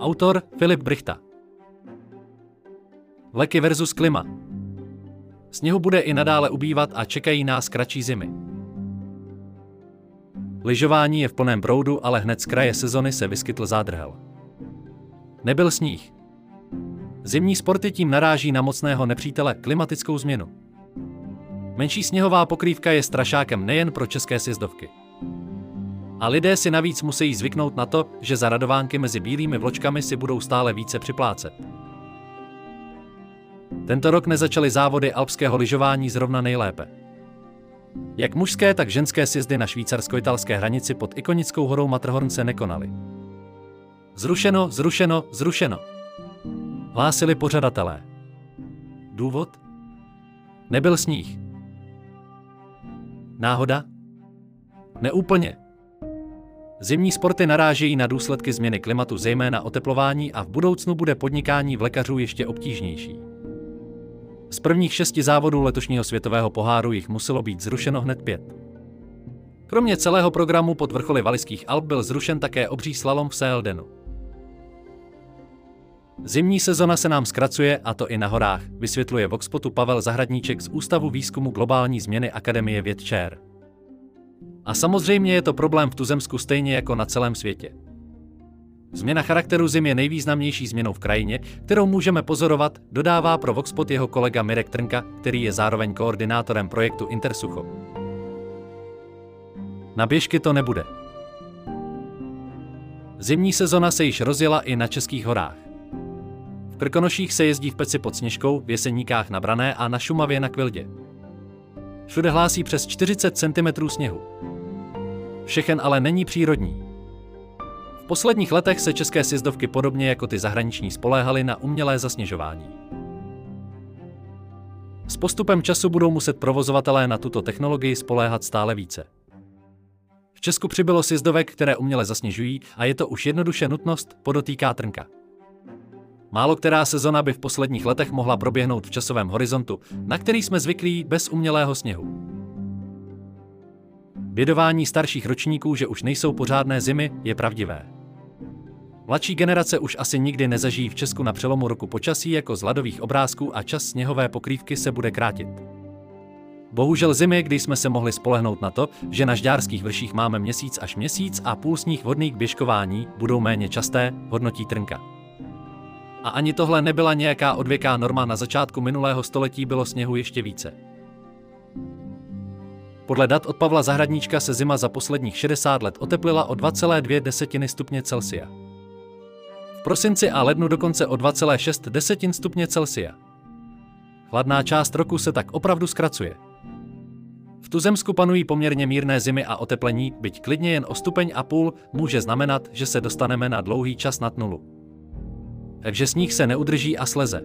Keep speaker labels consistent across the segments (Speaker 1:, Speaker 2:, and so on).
Speaker 1: Autor Filip Brychta. Vleky versus klima. Sněhu bude i nadále ubývat a čekají nás kratší zimy. Lyžování je v plném proudu, ale hned z kraje sezony se vyskytl zádrhel. Nebyl sníh. Zimní sporty tím naráží na mocného nepřítele klimatickou změnu. Menší sněhová pokrývka je strašákem nejen pro české sjezdovky. A lidé si navíc musí zvyknout na to, že za radovánky mezi bílými vločkami si budou stále více připlácet. Tento rok nezačaly závody alpského lyžování zrovna nejlépe. Jak mužské, tak ženské sjezdy na švýcarsko-italské hranici pod ikonickou horou Matterhorn se nekonaly. Zrušeno, zrušeno, zrušeno. Hlásili pořadatelé. Důvod? Nebyl sníh. Náhoda? Neúplně. Zimní sporty narážejí na důsledky změny klimatu, zejména oteplování, a v budoucnu bude podnikání vlekařů ještě obtížnější. Z prvních 6 závodů letošního světového poháru jich muselo být zrušeno hned 5. Kromě celého programu pod vrcholy Valských Alp byl zrušen také obří slalom v Sjeldenu. Zimní sezona se nám zkracuje, a to i na horách, vysvětluje v Voxpotu Pavel Zahradníček z Ústavu výzkumu globální změny Akademie věd ČR. A samozřejmě je to problém v tuzemsku stejně jako na celém světě. Změna charakteru zim je nejvýznamnější změnou v krajině, kterou můžeme pozorovat, dodává pro Voxpot jeho kolega Mirek Trnka, který je zároveň koordinátorem projektu Intersucho. Na běžky to nebude. Zimní sezona se již rozjela i na českých horách. V Krkonoších se jezdí v Peci pod Sněžkou, v Jeseníkách na Branné a na Šumavě na Kvildě. Všude hlásí přes 40 cm sněhu. Všechen ale není přírodní. V posledních letech se české sjezdovky podobně jako ty zahraniční spoléhaly na umělé zasněžování. S postupem času budou muset provozovatelé na tuto technologii spoléhat stále více. V Česku přibylo sjezdovek, které uměle zasněžují, a je to už jednoduše nutnost, podotýká Trnka. Málo která sezona by v posledních letech mohla proběhnout v časovém horizontu, na který jsme zvyklí bez umělého sněhu. Bědování starších ročníků, že už nejsou pořádné zimy, je pravdivé. Mladší generace už asi nikdy nezažijí v Česku na přelomu roku počasí jako z ladových obrázků a čas sněhové pokrývky se bude krátit. Bohužel zimy, kdy jsme se mohli spolehnout na to, že na žďárských vrších máme měsíc až měsíc a půl sníh vhodný k běžkování, budou méně časté, hodnotí Trnka. A ani tohle nebyla nějaká odvěká norma, na začátku minulého století bylo sněhu ještě více. Podle dat od Pavla Zahradníčka se zima za posledních 60 let oteplila o 2,2 stupně Celsia. V prosinci a lednu dokonce o 2,6 stupně Celsia. Chladná část roku se tak opravdu zkracuje. V tuzemsku panují poměrně mírné zimy a oteplení, byť klidně jen o 1,5 stupně, může znamenat, že se dostaneme na dlouhý čas nad nulu. Takže sníh se neudrží a sleze.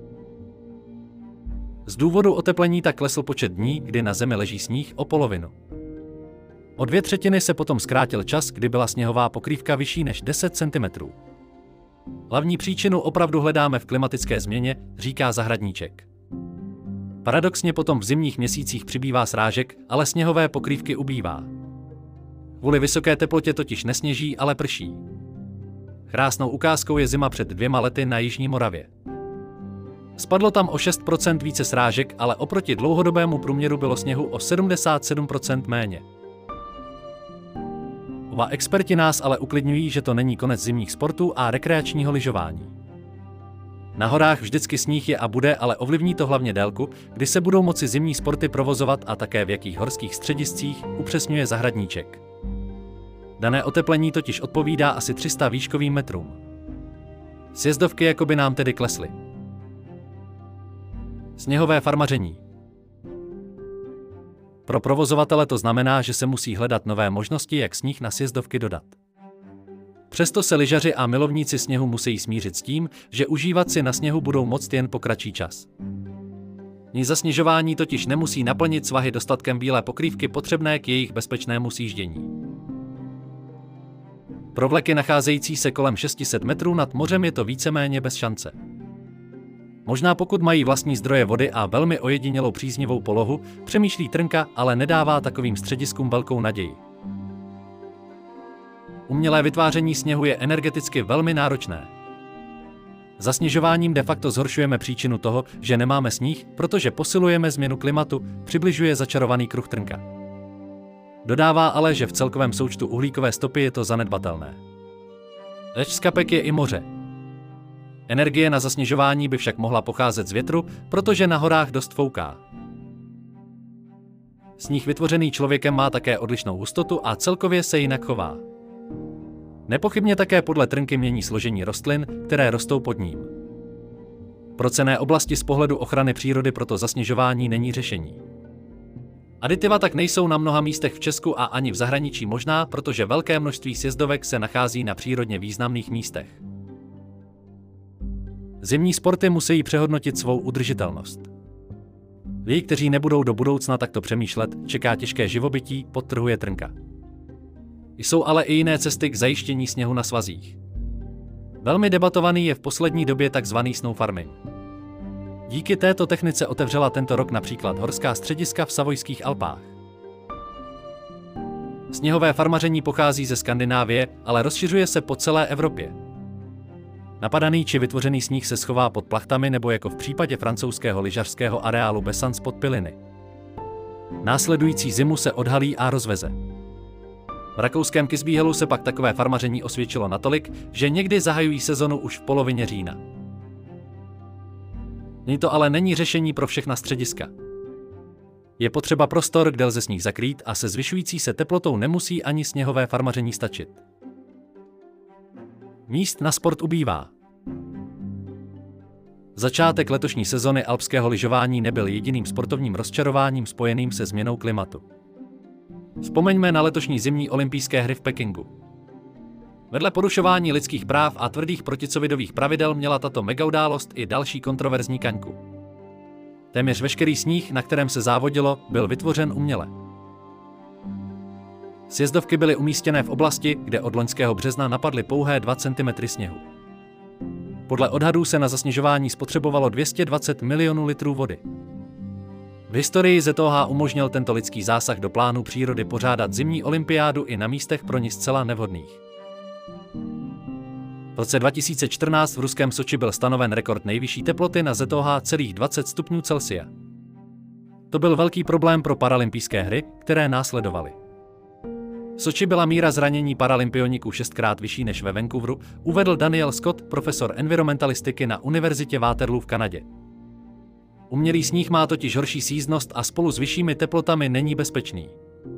Speaker 1: Z důvodu oteplení tak klesl počet dní, kdy na zemi leží sníh, o polovinu. O 2/3 se potom zkrátil čas, kdy byla sněhová pokrývka vyšší než 10 cm. Hlavní příčinu opravdu hledáme v klimatické změně, říká Zahradníček. Paradoxně potom v zimních měsících přibývá srážek, ale sněhové pokrývky ubývá. Kvůli vysoké teplotě totiž nesněží, ale prší. Krásnou ukázkou je zima před 2 lety na Jižní Moravě. Spadlo tam o 6% více srážek, ale oproti dlouhodobému průměru bylo sněhu o 77% méně. Oba experti nás ale uklidňují, že to není konec zimních sportů a rekreačního lyžování. Na horách vždycky sníh je a bude, ale ovlivní to hlavně délku, kdy se budou moci zimní sporty provozovat a také v jakých horských střediscích, upřesňuje Zahradníček. Dané oteplení totiž odpovídá asi 300 výškovým metrům. Sjezdovky jakoby nám tedy klesly. Sněhové farmaření. Pro provozovatele to znamená, že se musí hledat nové možnosti, jak sníh na sjezdovky dodat. Přesto se lyžaři a milovníci sněhu musí smířit s tím, že užívat si na sněhu budou moct jen po kratší čas. Dni zasněžování totiž nemusí naplnit svahy dostatkem bílé pokrývky potřebné k jejich bezpečnému sjíždění. Pro vleky nacházející se kolem 600 metrů nad mořem je to víceméně bez šance. Možná pokud mají vlastní zdroje vody a velmi ojedinělou příznivou polohu, přemýšlí Trnka, ale nedává takovým střediskům velkou naději. Umělé vytváření sněhu je energeticky velmi náročné. Zasněžováním de facto zhoršujeme příčinu toho, že nemáme sníh, protože posilujeme změnu klimatu, přibližuje začarovaný kruh Trnka. Dodává ale, že v celkovém součtu uhlíkové stopy je to zanedbatelné. Leč z kapek je i moře. Energie na zasněžování by však mohla pocházet z větru, protože na horách dost fouká. Sníh vytvořený člověkem má také odlišnou hustotu a celkově se jinak chová. Nepochybně také podle Trnky mění složení rostlin, které rostou pod ním. Pro cenné oblasti z pohledu ochrany přírody proto zasněžování není řešení. Aditiva tak nejsou na mnoha místech v Česku a ani v zahraničí možná, protože velké množství sjezdovek se nachází na přírodně významných místech. Zimní sporty musí přehodnotit svou udržitelnost. Lidi, kteří nebudou do budoucna takto přemýšlet, čeká těžké živobytí, podtrhuje Trnka. Jsou ale i jiné cesty k zajištění sněhu na svazích. Velmi debatovaný je v poslední době tzv. Snow farming. Díky této technice otevřela tento rok například horská střediska v Savojských Alpách. Sněhové farmaření pochází ze Skandinávie, ale rozšiřuje se po celé Evropě. Napadaný či vytvořený sníh se schová pod plachtami nebo jako v případě francouzského lyžařského areálu Bessans pod piliny. Následující zimu se odhalí a rozveze. V rakouském Kitzbühelu se pak takové farmaření osvědčilo natolik, že někdy zahajují sezonu už v polovině října. To ale není řešení pro všechna střediska. Je potřeba prostor, kde lze sníh zakrýt a se zvyšující se teplotou nemusí ani sněhové farmaření stačit. Míst na sport ubývá. Začátek letošní sezony alpského lyžování nebyl jediným sportovním rozčarováním spojeným se změnou klimatu. Vzpomeňme na letošní zimní olympijské hry v Pekingu. Vedle porušování lidských práv a tvrdých proticovidových pravidel měla tato megaudálost i další kontroverzní kaňku. Téměř veškerý sníh, na kterém se závodilo, byl vytvořen uměle. Sjezdovky byly umístěné v oblasti, kde od loňského března napadly pouhé 2 cm sněhu. Podle odhadů se na zasněžování spotřebovalo 220 milionů litrů vody. V historii ZOH umožnil tento lidský zásah do plánu přírody pořádat zimní olympiádu i na místech pro ní zcela nevhodných. V roce 2014 v ruském Soči byl stanoven rekord nejvyšší teploty na ZOH celých 20 stupňů Celsia. To byl velký problém pro paralympijské hry, které následovaly. V Soči byla míra zranění paralympioniků 6krát vyšší než ve Vancouveru, uvedl Daniel Scott, profesor environmentalistiky na Univerzitě Waterloo v Kanadě. Umělý sníh má totiž horší sjízdnost a spolu s vyššími teplotami není bezpečný.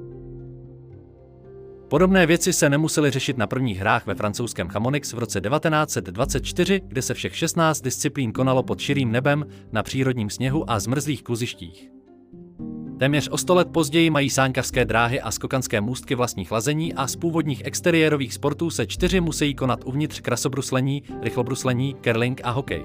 Speaker 1: Podobné věci se nemusely řešit na prvních hrách ve francouzském Chamonix v roce 1924, kde se všech 16 disciplín konalo pod širým nebem, na přírodním sněhu a zmrzlých kluzištích. Téměř o 100 let později mají sáňkařské dráhy a skokanské můstky vlastní chlazení a z původních exteriérových sportů se 4 musí konat uvnitř krasobruslení, rychlobruslení, curling a hokej.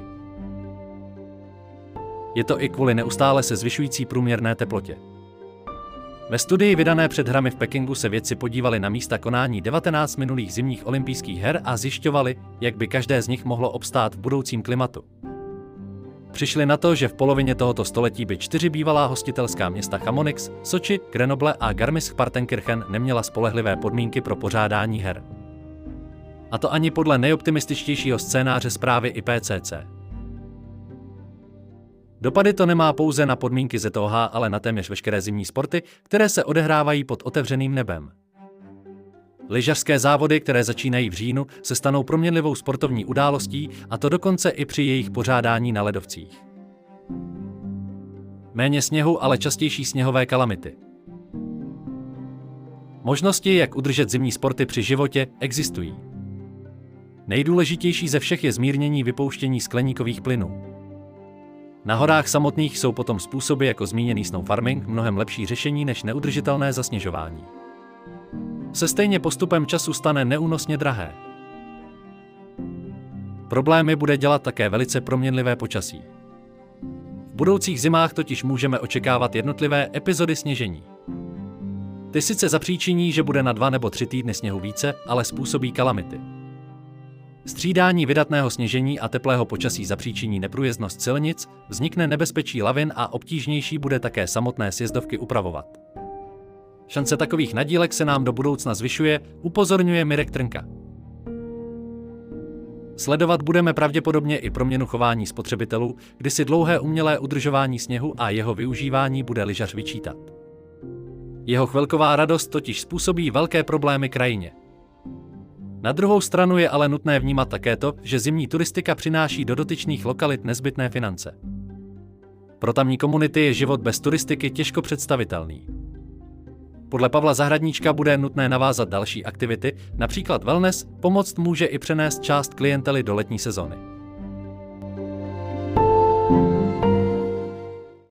Speaker 1: Je to i kvůli neustále se zvyšující průměrné teplotě. Ve studii vydané před hrami v Pekingu se vědci podívali na místa konání 19 minulých zimních olympijských her a zjišťovali, jak by každé z nich mohlo obstát v budoucím klimatu. Přišli na to, že v polovině tohoto století by 4 bývalá hostitelská města Chamonix, Soči, Grenoble a Garmisch-Partenkirchen neměla spolehlivé podmínky pro pořádání her. A to ani podle nejoptimističtějšího scénáře zprávy IPCC. Dopady to nemá pouze na podmínky ZOH, ale na téměř veškeré zimní sporty, které se odehrávají pod otevřeným nebem. Lyžařské závody, které začínají v říjnu, se stanou proměnlivou sportovní událostí, a to dokonce i při jejich pořádání na ledovcích. Méně sněhu, ale častější sněhové kalamity. Možnosti, jak udržet zimní sporty při životě, existují. Nejdůležitější ze všech je zmírnění vypouštění skleníkových plynů. Na horách samotných jsou potom způsoby jako zmíněný snow farming mnohem lepší řešení než neudržitelné zasněžování. Se stejně postupem času stane neúnosně drahé. Problémy bude dělat také velice proměnlivé počasí. V budoucích zimách totiž můžeme očekávat jednotlivé epizody sněžení. Ty sice zapříčiní, že bude na 2 nebo 3 týdny sněhu více, ale způsobí kalamity. Střídání vydatného sněžení a teplého počasí zapříčiní neprůjezdnost silnic, vznikne nebezpečí lavin a obtížnější bude také samotné sjezdovky upravovat. Šance takových nadílek se nám do budoucna zvyšuje, upozorňuje Mirek Trnka. Sledovat budeme pravděpodobně i proměnu chování spotřebitelů, kdy si dlouhé umělé udržování sněhu a jeho využívání bude lyžař vyčítat. Jeho chvilková radost totiž způsobí velké problémy krajině. Na druhou stranu je ale nutné vnímat také to, že zimní turistika přináší do dotyčných lokalit nezbytné finance. Pro tamní komunity je život bez turistiky těžko představitelný. Podle Pavla Zahradníčka bude nutné navázat další aktivity, například wellness, pomoct může i přenést část klientely do letní sezony.